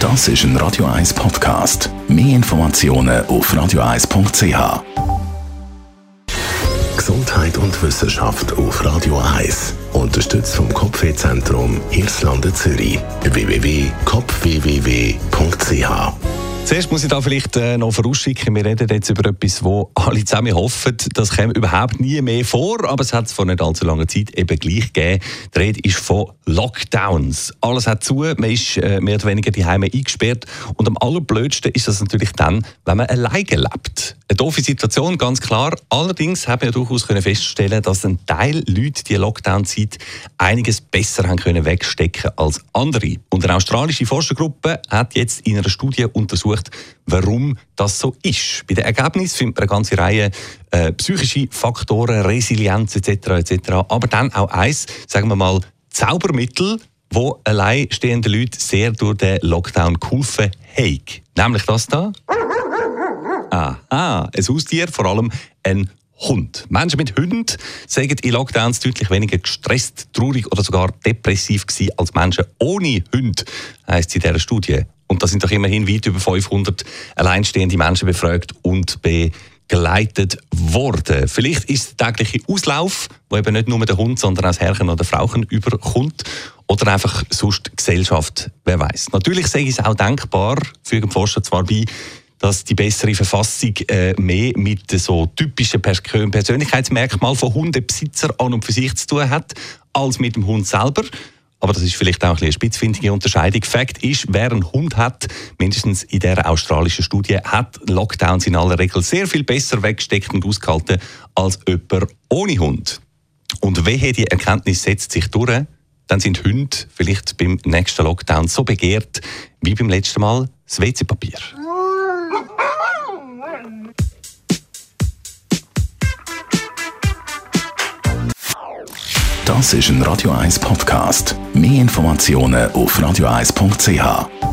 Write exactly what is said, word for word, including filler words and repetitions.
Das ist ein Radio eins Podcast. Mehr Informationen auf radio eins punkt c h. Gesundheit und Wissenschaft auf Radio eins. Unterstützt vom Kopfwehzentrum Irlande Zürich. w w w punkt kopf w w w punkt c h. Zuerst muss ich da vielleicht äh, noch vorausschicken, wir reden jetzt über etwas, wo alle zusammen hoffen, das käme überhaupt nie mehr vor, aber es hat es vor nicht allzu langer Zeit eben gleich gegeben. Die Rede ist von Lockdowns. Alles hat zu, man ist äh, mehr oder weniger daheim eingesperrt und am allerblödsten ist das natürlich dann, wenn man alleine lebt. Eine doofe Situation, ganz klar. Allerdings haben wir durchaus können feststellen, dass ein Teil Leute die Lockdown-Zeit einiges besser haben können wegstecken als andere. Und eine australische Forschergruppe hat jetzt in einer Studie untersucht, warum das so ist. Bei den Ergebnissen findet man eine ganze Reihe äh, psychische Faktoren, Resilienz et cetera et cetera. Aber dann auch eins, sagen wir mal, Zaubermittel, wo alleinstehende Leute sehr durch den Lockdown geholfen haben. Nämlich das da. Ah, ah, ein Haustier, vor allem ein Hund. Menschen mit Hunden sagen in Lockdowns deutlich weniger gestresst, traurig oder sogar depressiv gewesen als Menschen ohne Hund, heisst es in dieser Studie. Und da sind doch immerhin weit über fünfhundert alleinstehende Menschen befragt und begleitet worden. Vielleicht ist der tägliche Auslauf, wo eben nicht nur der Hund, sondern auch das Herrchen oder Frauchen überkommt. Oder einfach sonst die Gesellschaft, wer weiß. Natürlich sage ich es auch denkbar, fügen die Forscher zwar bei, dass die bessere Verfassung äh, mehr mit so typischen Pers- Persönlichkeitsmerkmalen von Hundebesitzer an und für sich zu tun hat, als mit dem Hund selber. Aber das ist vielleicht auch eine spitzfindige Unterscheidung. Fakt ist, wer einen Hund hat, mindestens in dieser australischen Studie, hat Lockdowns in aller Regel sehr viel besser weggesteckt und ausgehalten als jemand ohne Hund. Und wehe, die Erkenntnis setzt sich durch, dann sind Hunde vielleicht beim nächsten Lockdown so begehrt wie beim letzten Mal das W C-Papier. Das ist ein Radio eins Podcast. Mehr Informationen auf radio eins punkt c h.